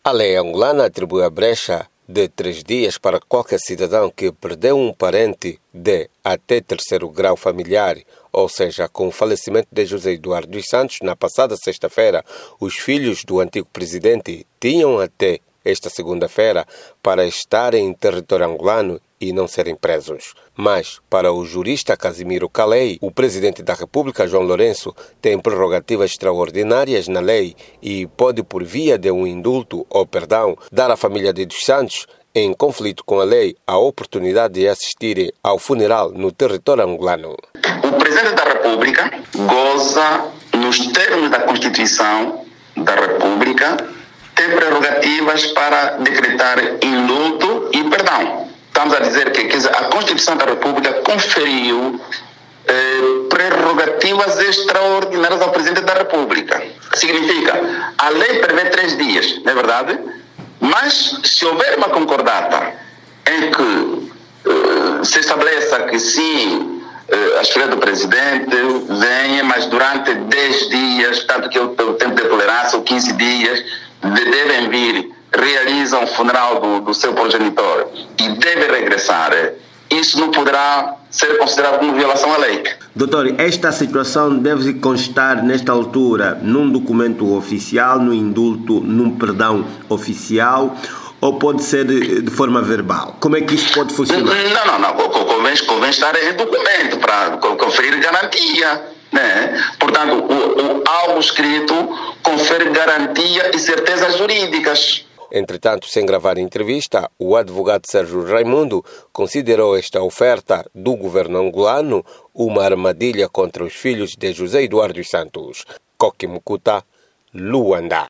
A lei angolana atribui a brecha de 3 dias para qualquer cidadão que perdeu um parente de até 3º grau familiar, ou seja, com o falecimento de José Eduardo dos Santos na passada sexta-feira, os filhos do antigo presidente tinham até esta segunda-feira para estarem em território angolano e não serem presos. Mas, para o jurista Casimiro Calei, o presidente da República, João Lourenço, tem prerrogativas extraordinárias na lei e pode, por via de um indulto ou perdão, dar à família de dos Santos, em conflito com a lei, a oportunidade de assistirem ao funeral no território angolano. O presidente da República goza, nos termos da Constituição da República, tem prerrogativas para decretar indulto e perdão. Estamos a dizer que a Constituição da República conferiu prerrogativas extraordinárias ao Presidente da República. Significa, a lei prevê 3 dias, não é verdade? Mas, se houver uma concordata em que se estabeleça que sim, as filhas do Presidente venham, mas durante 10 dias, tanto que o tempo de tolerância, ou 15 dias, devem vir, realizam o funeral do seu progenitor e devem regressar, isso não poderá ser considerado como violação à lei. Doutor, esta situação deve constar nesta altura num documento oficial, no indulto, num perdão oficial, ou pode ser de forma verbal? Como é que isso pode funcionar? Não. Convém estar em documento para conferir garantia, né? Portanto, algo escrito confere garantia e certezas jurídicas. Entretanto, sem gravar entrevista, o advogado Sérgio Raimundo considerou esta oferta do governo angolano uma armadilha contra os filhos de José Eduardo dos Santos. Coque Mucuta, Luanda.